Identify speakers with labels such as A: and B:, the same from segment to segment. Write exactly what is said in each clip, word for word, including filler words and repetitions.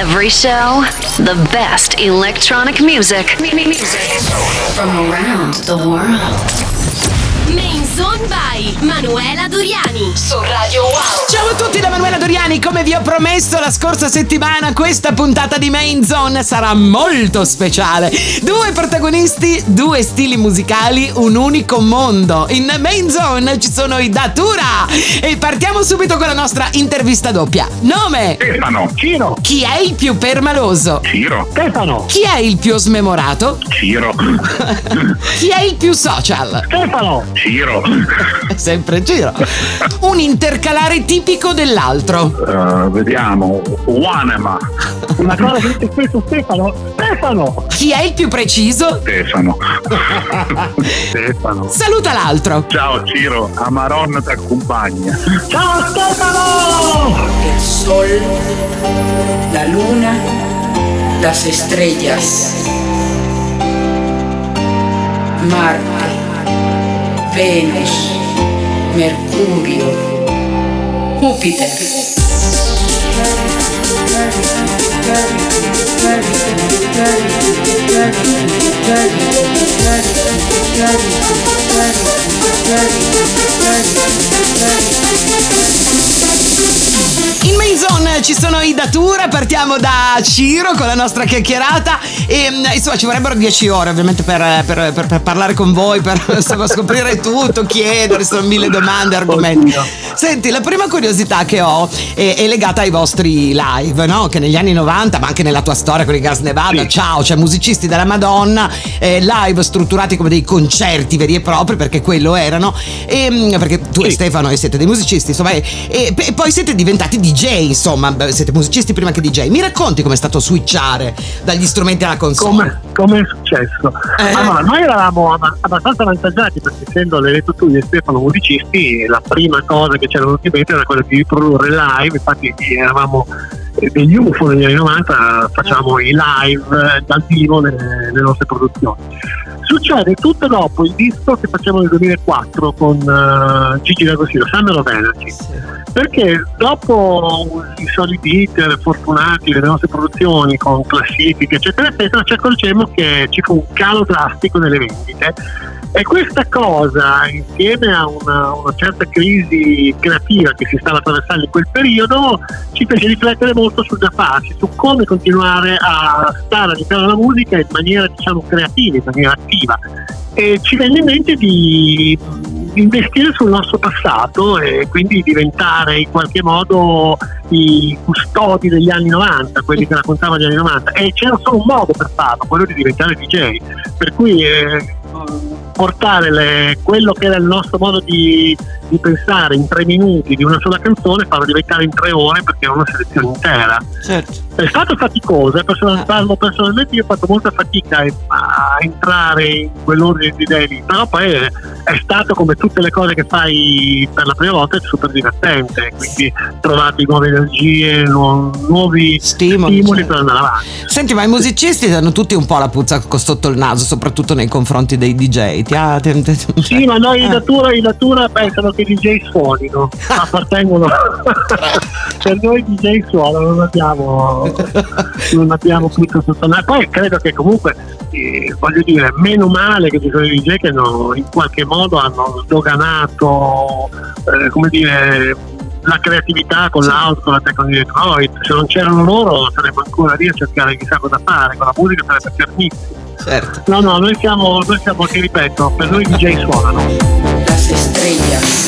A: Every show, the best electronic music. Music from around the world.
B: Main Zone by Manuela Doriani su Radio Wow.
C: Ciao a tutti da Manuela Doriani. Come vi ho promesso la scorsa settimana, questa puntata di Main Zone sarà molto speciale. Due protagonisti, due stili musicali, un unico mondo. In Main Zone ci sono i Datura e partiamo subito con la nostra intervista doppia. Nome?
D: Stefano.
E: Ciro.
C: Chi è il più permaloso?
D: Ciro.
E: Stefano.
C: Chi è il più smemorato?
D: Ciro.
C: Chi è il più social?
E: Stefano.
D: Ciro.
C: Sempre Ciro. Un intercalare tipico dell'altro.
D: Uh, vediamo. Wanema.
E: Una cosa che dice spesso Stefano. Stefano.
C: Chi è il più preciso?
D: Stefano. Stefano.
C: Saluta l'altro.
D: Ciao Ciro, Amaron ti accompagna.
E: Ciao Stefano.
F: El sol, la luna, las estrellas, Marte, Venus, Mercurio, Júpiter.
C: In Main Zone ci sono i Datura, partiamo da Ciro con la nostra chiacchierata e insomma ci vorrebbero dieci ore ovviamente per, per, per, per parlare con voi, per insomma, scoprire tutto, chiedere, sono mille domande, argomenti. Senti, la prima curiosità che ho è, è legata ai vostri live, no? Che negli anni novanta, ma anche nella tua storia con i Gas Nevada, sì. Ciao, cioè musicisti della Madonna, eh, live strutturati come dei concerti veri e propri, perché quello erano, e, perché tu sì. e Stefano e siete dei musicisti, insomma, e, e, e poi siete diventati D J, insomma, siete musicisti prima che D J. Mi racconti com'è stato switchare dagli strumenti alla console?
E: Come, come è successo? Eh. Allora, noi eravamo abbastanza avvantaggiati perché, essendo, l'hai detto tu, io e Stefano musicisti, la prima cosa che c'era venuta in mente era quella di riprodurre live. Infatti eravamo degli U F O negli anni novanta, facciamo i live dal vivo nelle, nelle nostre produzioni. Succede tutto dopo il disco che facciamo nel duemilaquattro con uh, Gigi D'Agostino, Summer of Energy, sì. Perché dopo i soliti hit fortunati delle nostre produzioni con classifiche eccetera eccetera, ci accorgemmo che ci fu un calo drastico nelle vendite. E questa cosa, insieme a una, una certa crisi creativa che si stava attraversando in quel periodo, ci fece riflettere molto sul da farsi, su come continuare a stare all'interno della musica in maniera, diciamo, creativa, in maniera attiva. E ci venne in mente di investire sul nostro passato e quindi diventare in qualche modo i custodi degli anni novanta, quelli che raccontavano gli anni novanta. E c'era solo un modo per farlo, quello di diventare D J. Per cui eh, portare le, quello che era il nostro modo di, di pensare in tre minuti di una sola canzone, farlo diventare in tre ore perché era una selezione intera.
C: Certo.
E: È stato faticoso, eh, personal, parlo personalmente, io ho fatto molta fatica a entrare in quell'ordine di idee lì, però poi è, è stato, come tutte le cose che fai per la prima volta, è super divertente, quindi trovate nuove energie, nu- nuovi stimoli, stimoli certo. per andare avanti.
C: Senti, ma i musicisti hanno tutti un po' la puzza sotto il naso, soprattutto nei confronti dei D J. Ti ha, ti, ti, ti,
E: sì, ma noi in natura, in natura pensano che i D J suonino, appartengono per noi i D J suonano, non abbiamo non abbiamo puzza sotto il naso. Poi credo che comunque eh, voglio dire, meno male che ci sono i D J che hanno, in qualche modo hanno sdoganato eh, come dire, la creatività con l'house, con la tecnologia di Detroit. Se non c'erano loro saremmo ancora lì a cercare chissà cosa fare, con la musica sarebbe fermissimo.
C: Certo.
E: No, no, noi siamo, noi siamo, ti ripeto, per noi i D J suonano.
F: Las estrellas.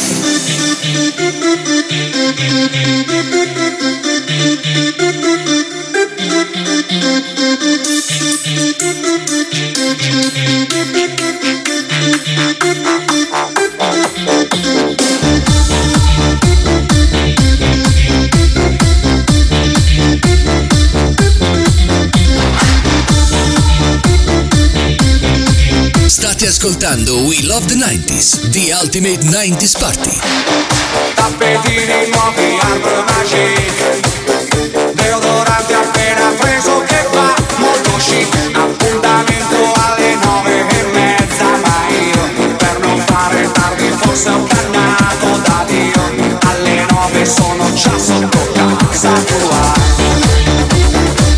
G: State ascoltando We Love the nineties, The Ultimate nineties Party.
H: Tappetini nuovi al Brunaci, deodorante appena preso che fa molto chic. Appuntamento alle nove e mezza, ma io per non fare tardi forse ho cannato da Dio. Alle nove sono già sotto casa tua.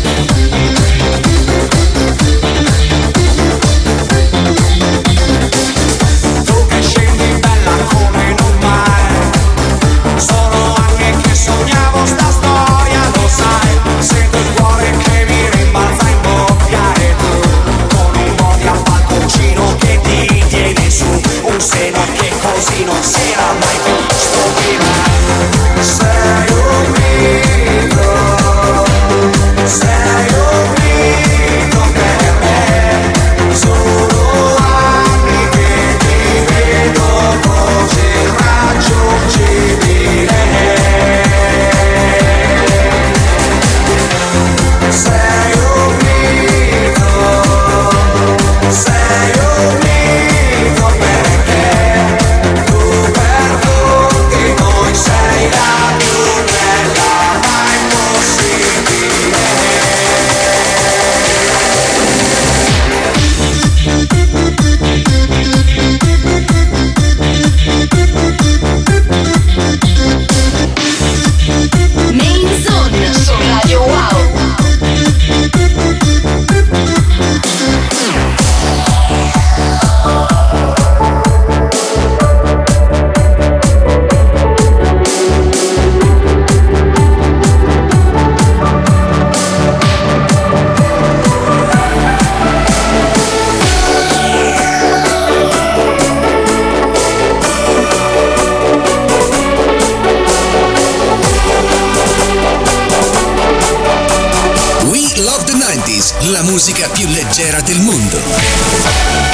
G: Love the nineties, la musica più leggera del mondo.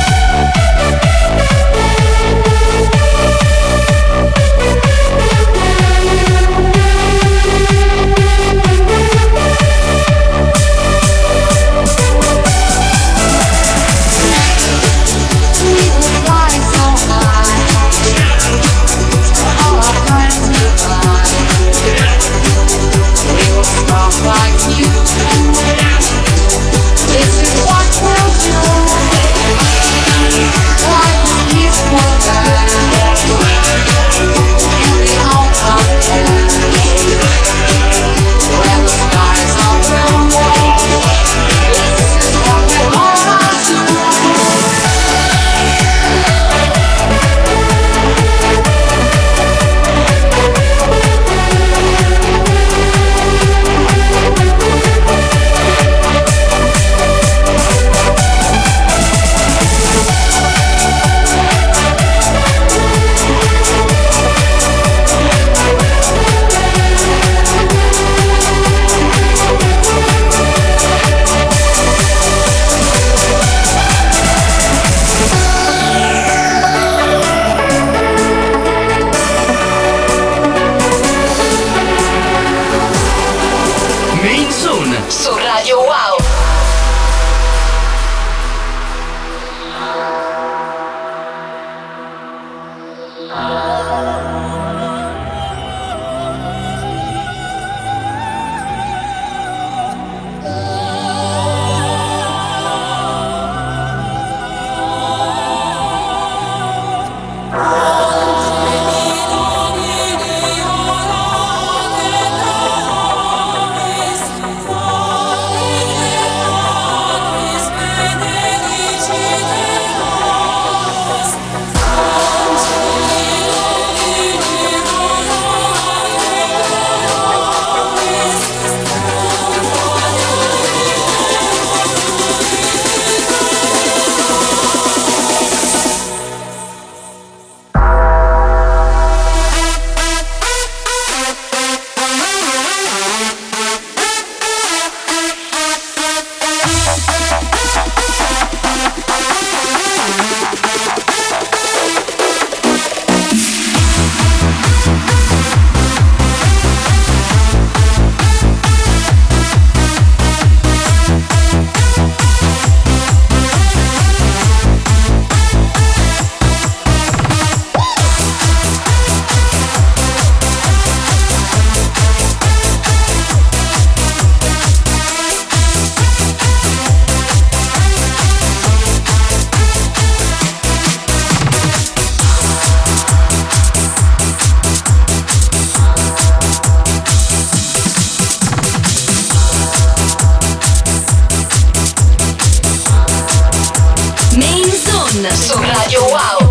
B: su Radio Wow.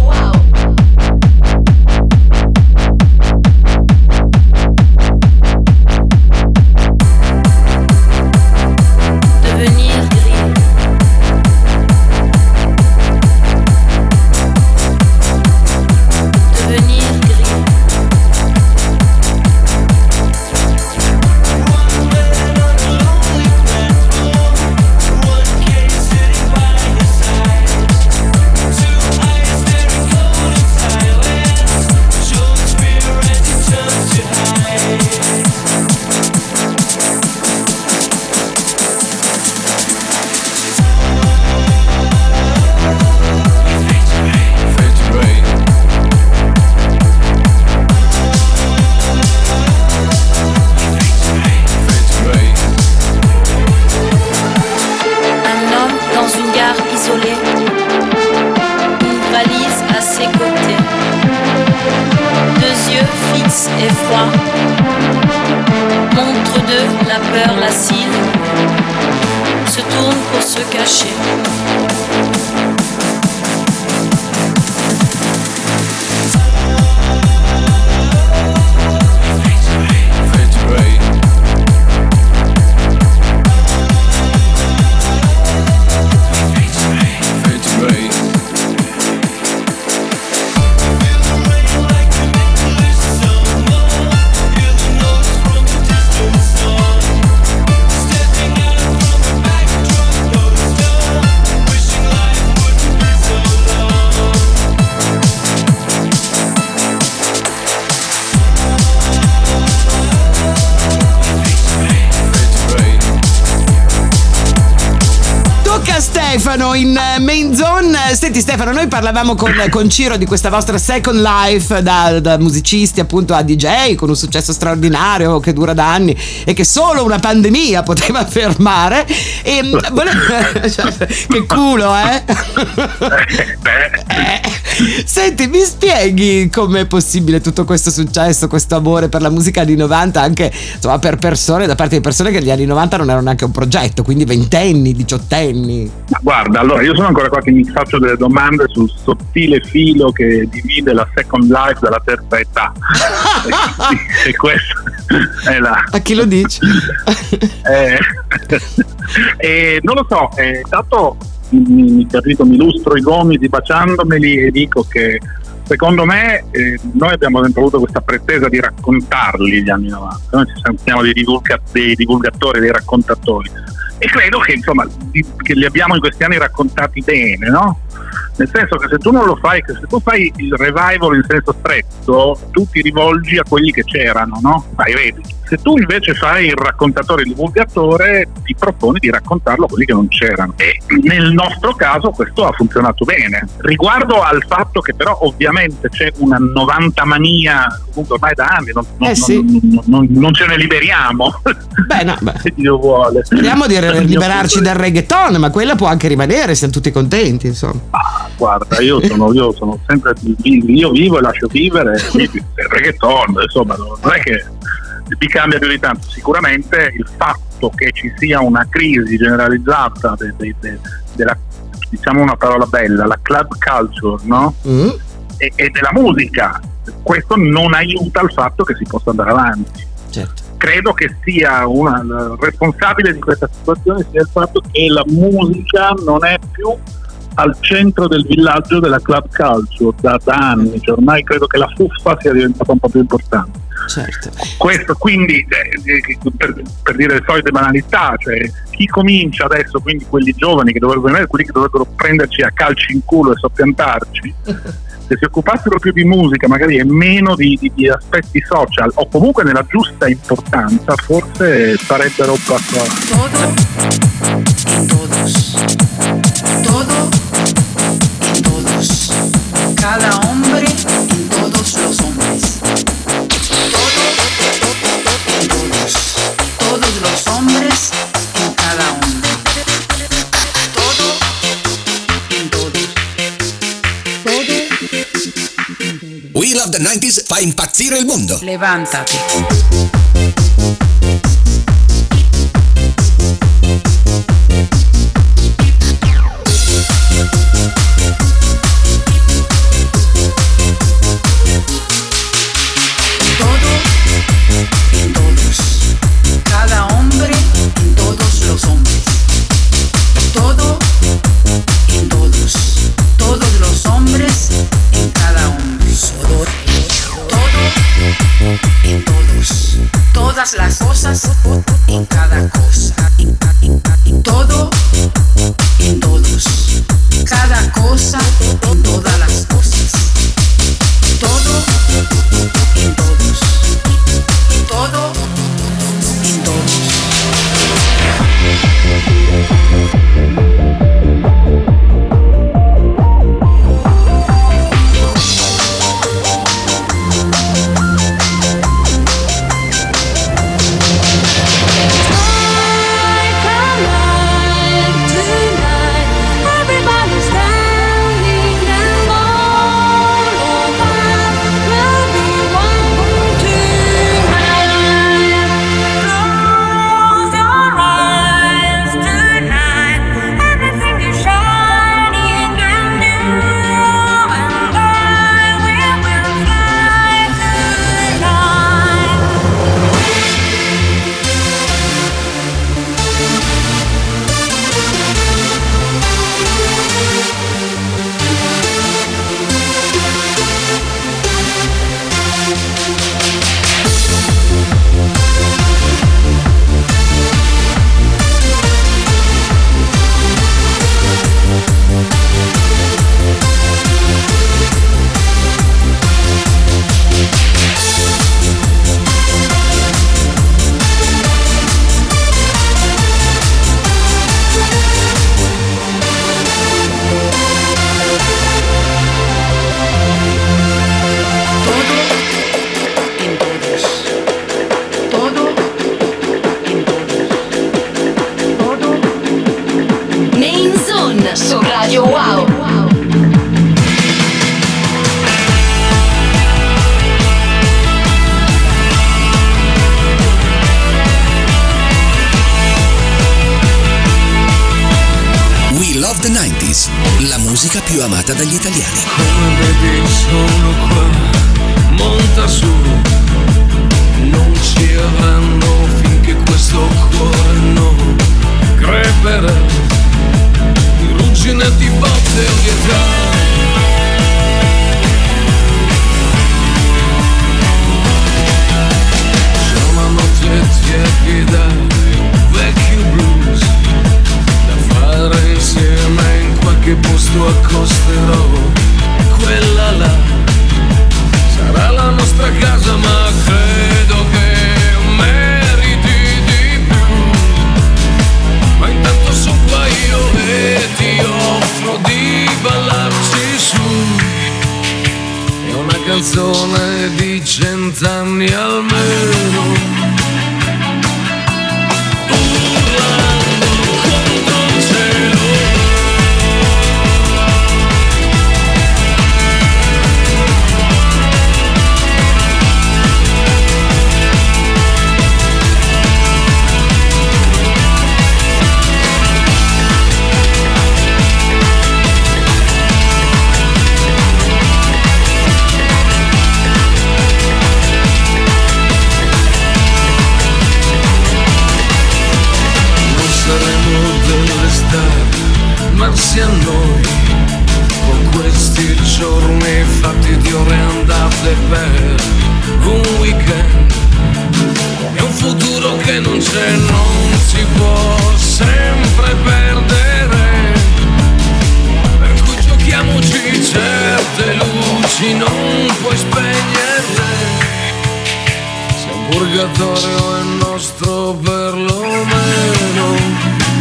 I: Stepping out
C: Stefano in Main Zone. Senti Stefano, noi parlavamo con, con Ciro di questa vostra Second Life da, da musicisti appunto a D J con un successo straordinario che dura da anni e che solo una pandemia poteva fermare. E volevo... cioè, che culo, eh? eh? Senti, mi spieghi com'è possibile tutto questo successo, questo amore per la musica anni novanta, anche insomma per persone, da parte di persone che gli anni novanta non erano neanche un progetto, quindi ventenni, diciottenni.
D: Ma guarda, allora io sono ancora qua che mi faccio delle domande sul sottile filo che divide la Second Life dalla terza età. e, e questo è la...
C: A chi lo dici?
D: eh, eh, non lo so, eh, tanto mi, mi, capito, mi lustro i gomiti baciandomeli e dico che secondo me eh, noi abbiamo sempre avuto questa pretesa di raccontarli gli anni novanta, noi ci sentiamo dei, divulga- dei divulgatori, dei raccontatori, e credo che insomma di, che li abbiamo in questi anni raccontati bene, no? Nel senso che se tu non lo fai, che se tu fai il revival in senso stretto, tu ti rivolgi a quelli che c'erano, no? Vai, vedi. Se tu invece fai il raccontatore, il divulgatore, ti proponi di raccontarlo a quelli che non c'erano. E nel nostro caso questo ha funzionato bene. Riguardo al fatto che però ovviamente c'è una novanta mania comunque ormai da anni, non, non,
C: eh sì.
D: non, non, non ce ne liberiamo.
C: Beh, no, beh.
D: Se Dio vuole.
C: Speriamo di liberarci dal reggaeton, ma quella può anche rimanere, siamo tutti contenti, insomma.
D: Ah, guarda, io sono, io sono sempre io vivo e lascio vivere, quindi il reggaeton, insomma, non è che mi cambia più di tanto. Sicuramente il fatto che ci sia una crisi generalizzata de, de, de, della, diciamo una parola bella, la club culture, no? Mm. E, e della musica, questo non aiuta al fatto che si possa andare avanti. Certo. Credo che sia una responsabile di questa situazione sia il fatto che la musica non è più al centro del villaggio della club culture da, da anni, cioè ormai credo che la fuffa sia diventata un po' più importante.
C: Certo.
D: Questo quindi eh, per, per dire le solite banalità, cioè chi comincia adesso, quindi quelli giovani che dovrebbero venire, quelli che dovrebbero prenderci a calci in culo e soppiantarci, se si occupassero più di musica magari e meno di, di, di aspetti social o comunque nella giusta importanza, forse sarebbero un passo avanti.
F: Todo en todos, todo en todos, cada hombre en todos los hombres, todo en todos, todos los hombres en cada hombre, todo en todos, todo en todos.
G: We Love the nineties fa impazzire il mondo.
F: Levántate. Las cosas en cada cosa, todo en todos, cada cosa en todas las cosas, todo en todos, todo en todos.
H: Come on.
G: musica più amata dagli italiani.
I: Come vedi sono qua, monta su, non ci avranno finché questo cuore non creperà di ruggine, di botte o di età. Tiepida, un vecchio blues da fare insieme, in qualche posto accosterò. Quella là sarà la nostra casa, ma credo che meriti di più. Ma intanto sono qua io e ti offro di ballarci su. È una canzone di cent'anni almeno. Marsi a noi con questi giorni fatti di ore andate per un weekend e un futuro che non c'è, non si può sempre perdere, per cui giochiamoci certe luci, non puoi spegnerle, se un purgatorio è nostro perlomeno.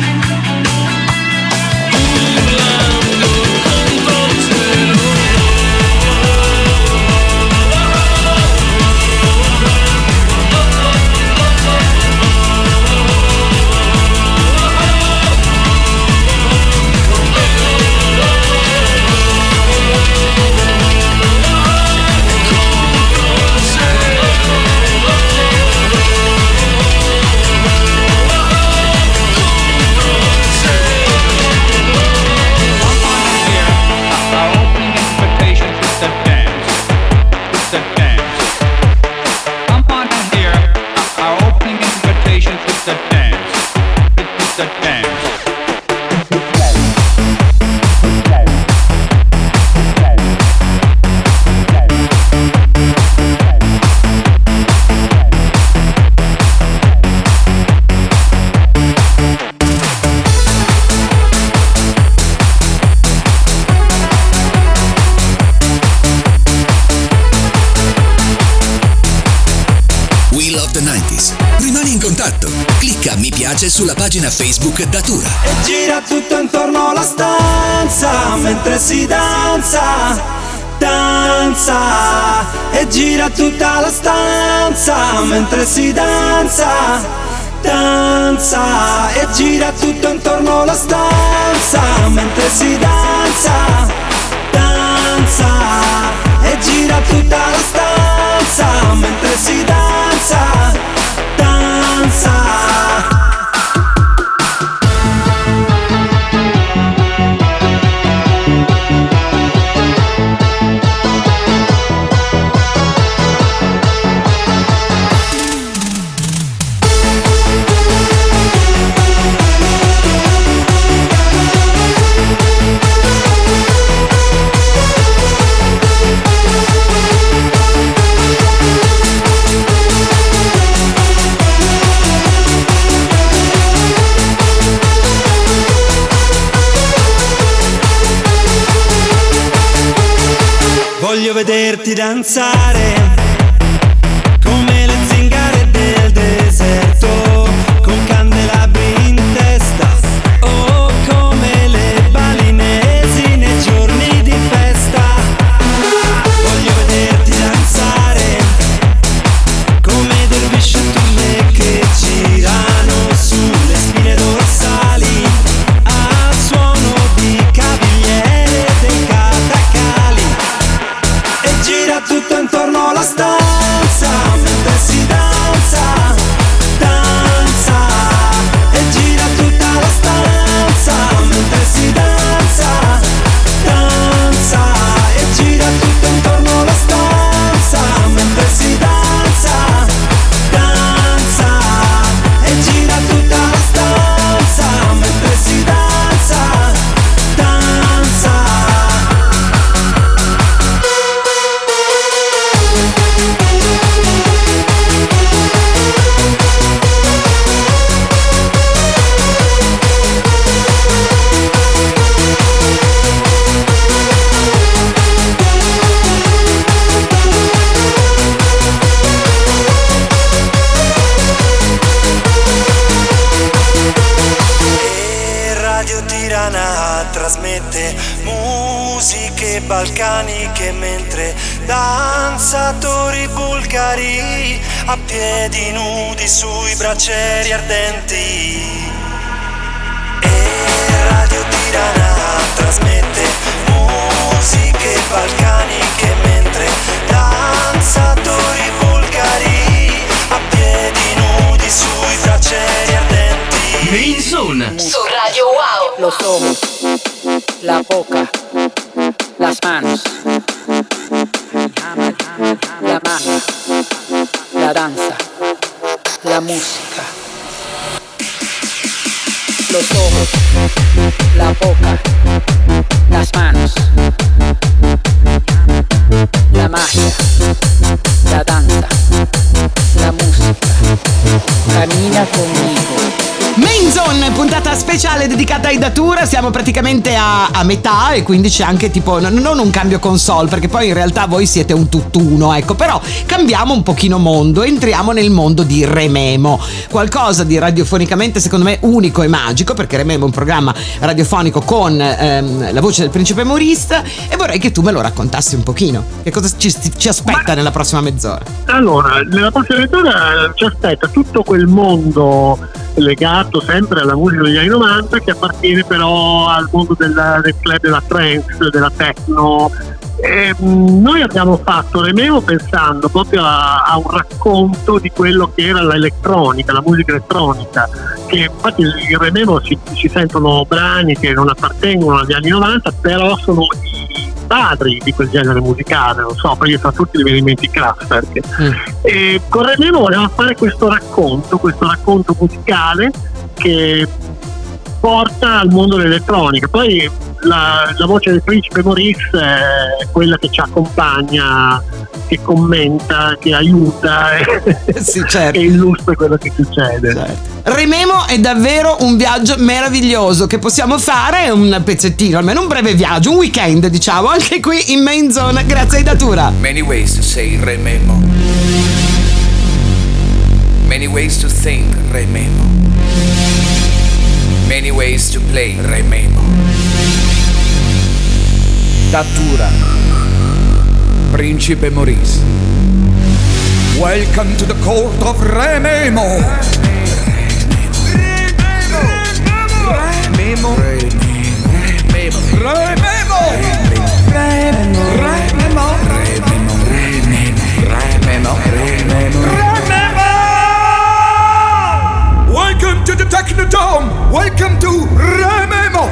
G: Sulla pagina Facebook Datura
J: e gira tutto intorno alla stanza mentre si danza, danza e gira tutta la stanza mentre si danza, danza e gira tutto intorno alla stanza mentre si danza, danza e gira tutta la stanza mentre si danza, danza. Voglio vederti danzare come le zingare del deserto, con candelabri in testa, o come le balinesi nei giorni di festa. Voglio vederti danzare come dervisce e tulle che girano sulle spine dorsali a suono di cavigliere dei catacali. E gira tutto intorno alla balcaniche mentre danzatori bulgari a piedi nudi sui braccieri ardenti. E Radio Tirana trasmette musiche balcaniche mentre danzatori bulgari a piedi nudi sui braccieri ardenti.
G: Main Zone
B: Su Radio Wow.
F: Los ojos, la boca, las manos, la mano, la danza, la música. Los ojos, la boca, las manos, la magia, la danza, la música. Camina conmigo.
C: Main Zone, puntata speciale dedicata ai Datura. Siamo praticamente a, a metà e quindi c'è anche tipo non, non un cambio console, perché poi in realtà voi siete un tutt'uno, ecco, però cambiamo un pochino mondo, entriamo nel mondo di Rememo, qualcosa di radiofonicamente secondo me unico e magico, perché Rememo è un programma radiofonico con ehm, la voce del principe Maurice, e vorrei che tu me lo raccontassi un pochino. Che cosa ci, ci aspetta Ma... nella prossima mezz'ora?
E: Allora, nella prossima mezz'ora ci aspetta tutto quel mondo legato sempre alla musica degli anni novanta, che appartiene però al mondo della, del club, della trance, della techno. E, mh, noi abbiamo fatto Rememo pensando proprio a, a un racconto di quello che era l'elettronica, la musica elettronica, che infatti in Rememo si, si sentono brani che non appartengono agli anni novanta, però sono i padri di quel genere musicale, non so, perché tra tutti mi viene in mente i Kraftwerk. Mm. E con Rememo volevamo fare questo racconto, questo racconto musicale che porta al mondo dell'elettronica. Poi la, la voce del principe Maurice è quella che ci accompagna, che commenta, che aiuta e,
C: sì, certo.
E: e illustra quello che succede.
C: Certo. Rememo è davvero un viaggio meraviglioso che possiamo fare, un pezzettino, almeno un breve viaggio, un weekend diciamo, anche qui in Main Zone, grazie ai Datura.
G: Many ways to say Rememo. Many ways to think Rememo. Many ways to play Rememo. Datura, Principe Maurice. Welcome to the court of Rememo. Rememo. Rememo. Rememo. Rememo. Rememo. Rememo. Rememo. Rememo. Rememo. Welcome to the Technodome. Welcome to Rememo.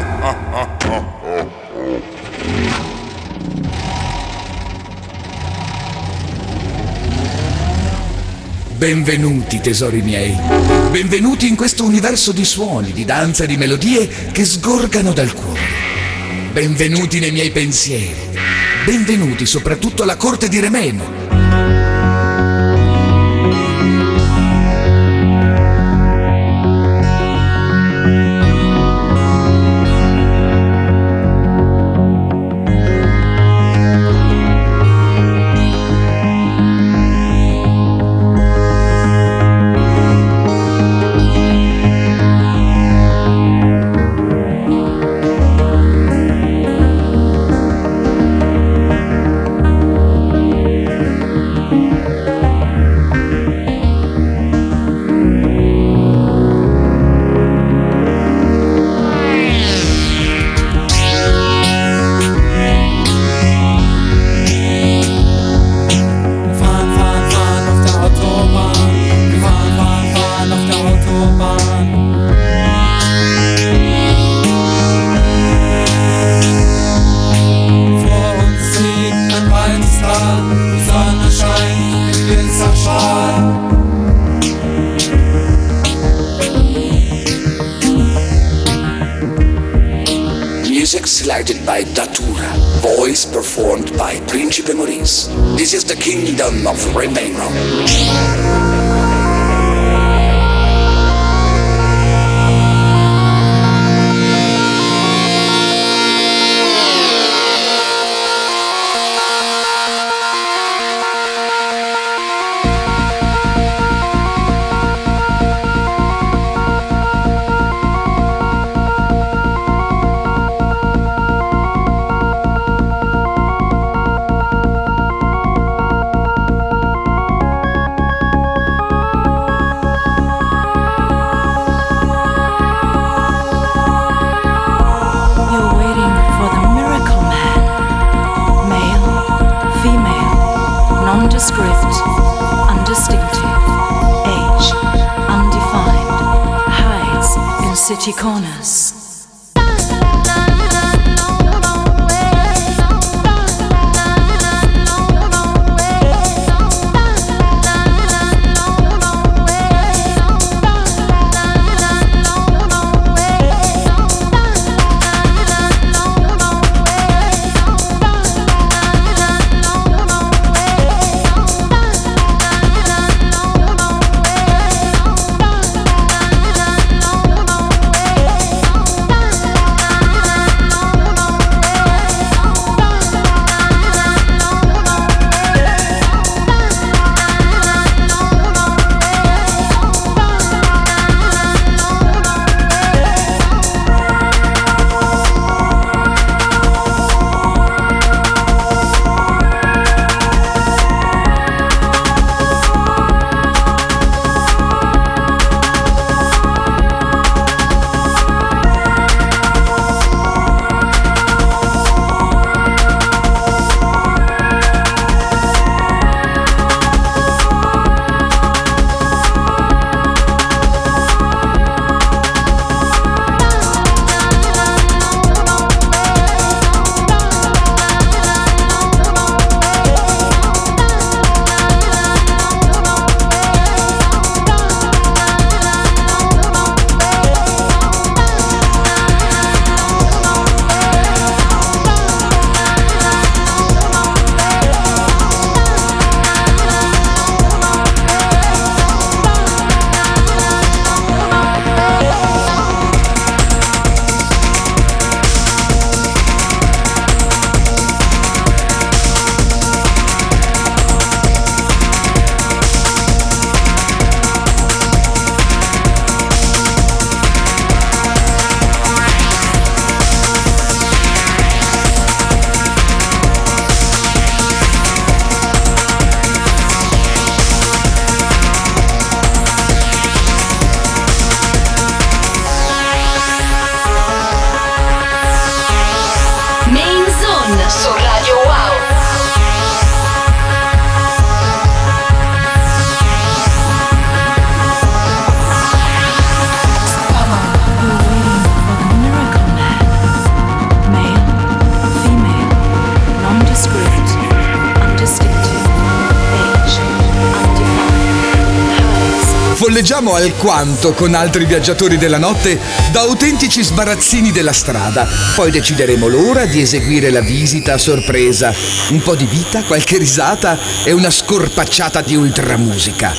G: Benvenuti tesori miei, benvenuti in questo universo di suoni, di danza e di melodie che sgorgano dal cuore. Benvenuti nei miei pensieri, benvenuti soprattutto alla corte di Rememo. Music selected by Datura, voice performed by Principe Maurice. This is the kingdom of Rememo.
K: City Corners.
G: Folleggiamo alquanto con altri viaggiatori della notte da autentici sbarazzini della strada. Poi decideremo l'ora di eseguire la visita a sorpresa. Un po' di vita, qualche risata e una scorpacciata di ultramusica.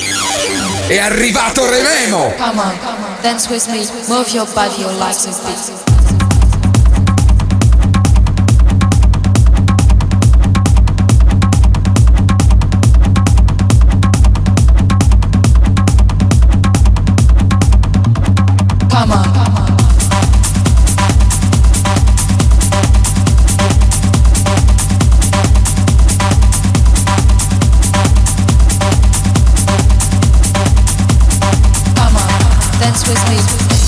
G: È arrivato Rememo!
L: Come on, dance with me, move your body, your legs and feet. Come on, come on. Come on, dance with me.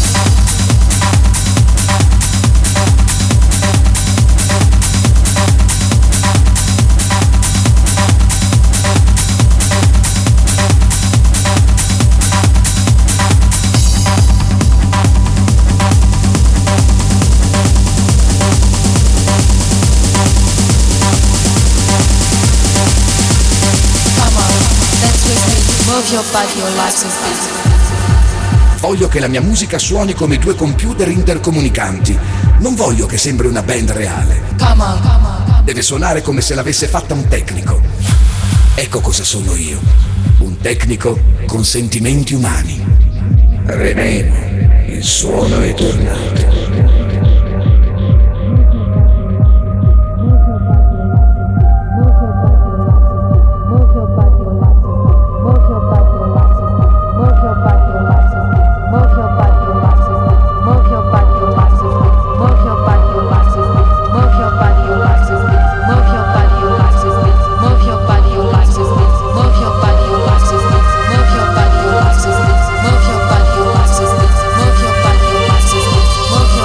L: Your body, your legs and feet.
G: Voglio che la mia musica suoni come due computer intercomunicanti. Non voglio che sembri una band reale.
L: Come on, come on.
G: Deve suonare come se l'avesse fatta un tecnico. Ecco cosa sono io. Un tecnico con sentimenti umani. Rememo, il suono è tornato.
L: Move your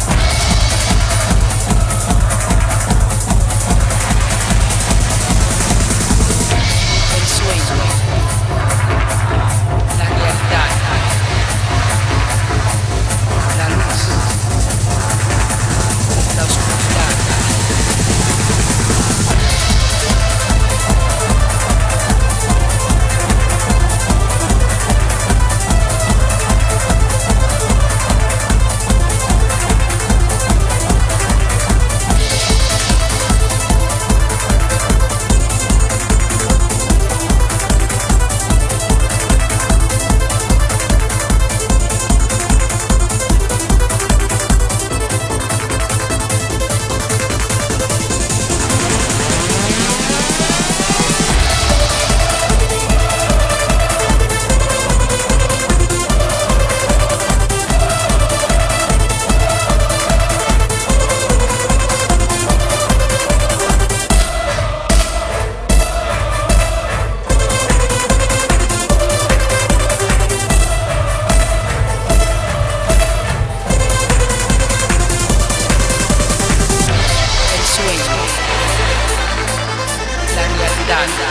F: oscuridad.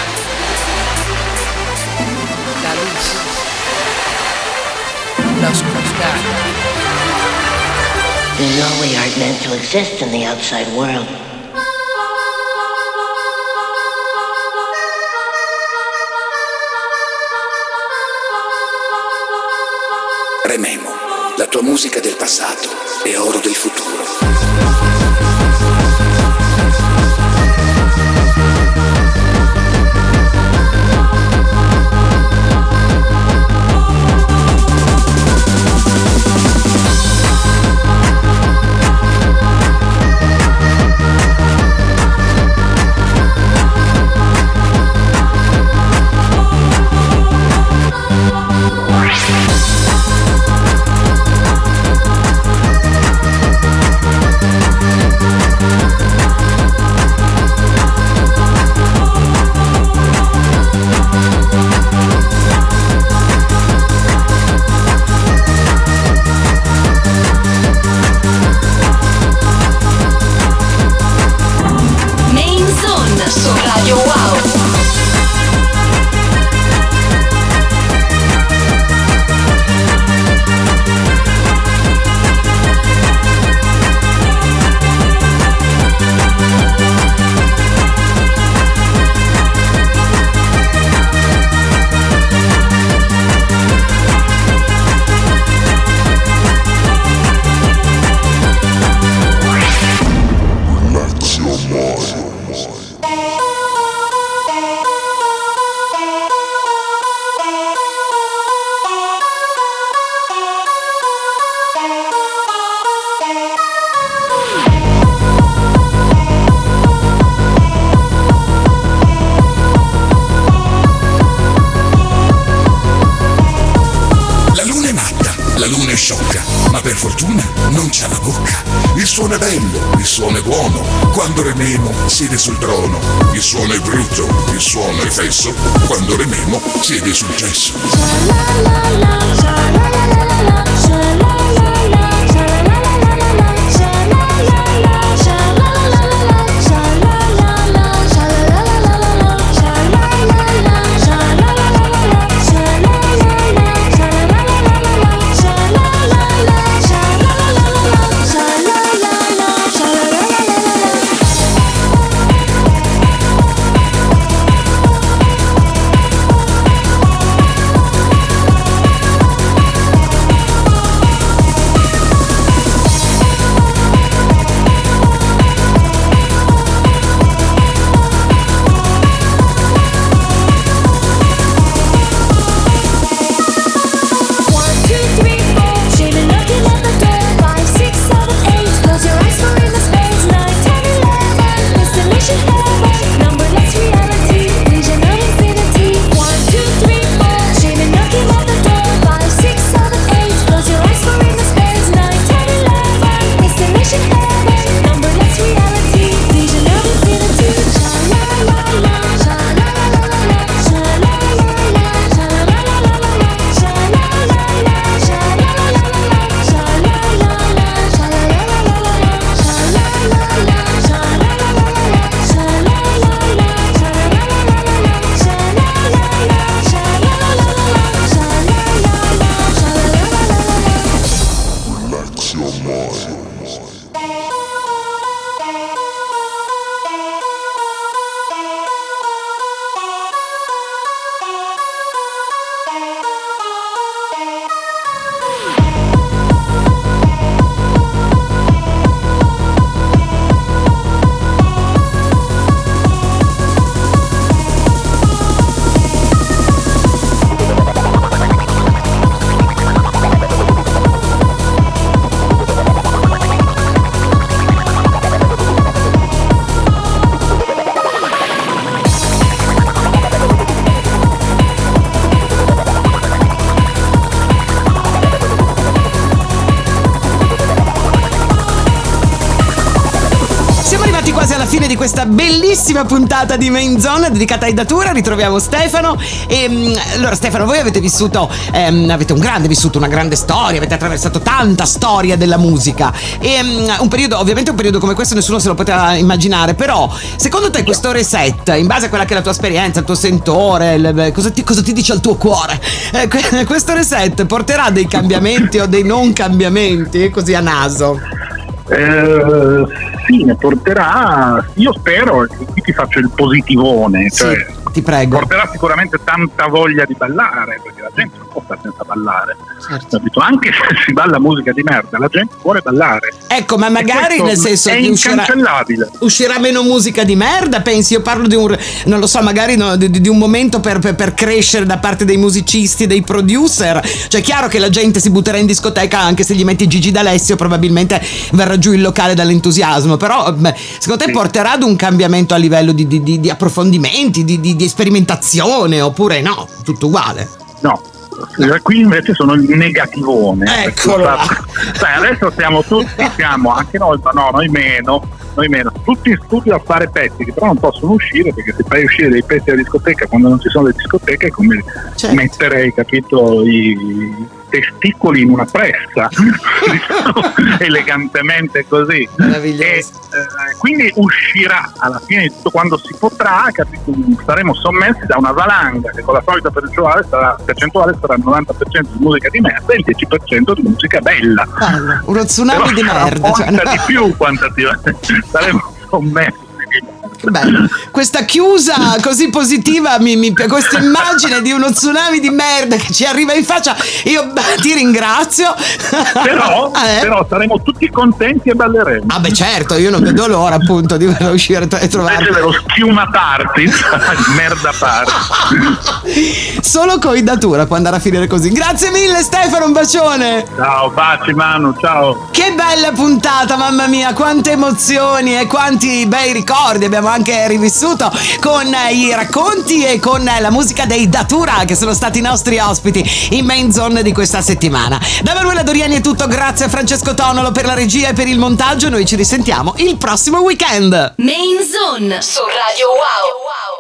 F: La luz. La oscuridad.
M: You know we aren't meant to exist in the outside world.
G: Rememo, la tua musica del passato è oro del futuro.
N: suono è bello, il suono è buono, quando Rememo siede sul trono. Il suono è brutto, il suono è fesso, quando Rememo siede sul cesso.
C: di questa bellissima puntata di Main Zone dedicata ai Datura. Ritroviamo Stefano e um, allora Stefano, voi avete vissuto um, avete un grande vissuto una grande storia, avete attraversato tanta storia della musica e um, un periodo, ovviamente un periodo come questo nessuno se lo poteva immaginare, però secondo te questo reset, in base a quella che è la tua esperienza, il tuo sentore, il, cosa, ti, cosa ti dice il tuo cuore, eh, questo reset porterà dei cambiamenti o dei non cambiamenti così a naso?
D: Eh, sì, ne porterà, io spero, qui ti faccio il positivone, cioè
C: sì, ti prego.
D: Porterà sicuramente tanta voglia di ballare, perché la gente non può stare senza ballare,
C: certo.
D: Anche se si balla musica di merda, la gente vuole ballare.
C: Ecco, ma magari nel senso
D: è
C: che uscirà, uscirà meno musica di merda, pensi? Io parlo di un, non lo so, magari no, di, di un momento per, per, per crescere da parte dei musicisti, dei producer. Cioè è chiaro che la gente si butterà in discoteca anche se gli metti Gigi D'Alessio, probabilmente verrà giù il locale dall'entusiasmo, però beh, secondo te sì. porterà ad un cambiamento a livello di, di, di, di approfondimenti, di, di, di sperimentazione, oppure no, tutto uguale?
D: No, qui invece sono il negativone.
C: Eccolo.
D: Cioè, adesso siamo tutti, siamo anche noi, ma no, noi meno, noi meno, tutti in studio a fare pezzi che però non possono uscire, perché se fai uscire dei pezzi alla discoteca quando non ci sono le discoteche è come certo. mettere, capito, i testicoli in una pressa, diciamo, elegantemente così.
C: Meraviglioso.
D: E, eh, quindi uscirà alla fine di tutto quando si potrà, capito? Saremo sommessi da una valanga che con la solita percentuale sarà, percentuale sarà il novanta per cento di musica di merda e il dieci per cento di musica bella.
C: Allora, uno tsunami
D: però
C: di merda.
D: Cioè, no. di più quantitativamente saremo sommessi.
C: Bello. Questa chiusa così positiva, mi, mi, questa immagine di uno tsunami di merda che ci arriva in faccia, io beh, ti ringrazio.
D: Però, eh? però saremo tutti contenti e balleremo.
C: Ah beh certo, io non vedo l'ora appunto di uscire e trovare.
D: Invece dello schiuma party, merda party.
C: Solo coi Datura può andare a finire così. Grazie mille Stefano, un bacione.
D: Ciao, baci Manu, ciao.
C: Che bella puntata, mamma mia, quante emozioni e quanti bei ricordi abbiamo anche rivissuto con i racconti e con la musica dei Datura, che sono stati i nostri ospiti in Main Zone di questa settimana. Da Manuela Doriani è tutto, grazie a Francesco Tonolo per la regia e per il montaggio. Noi ci risentiamo il prossimo weekend.
B: Main Zone su Radio Wow.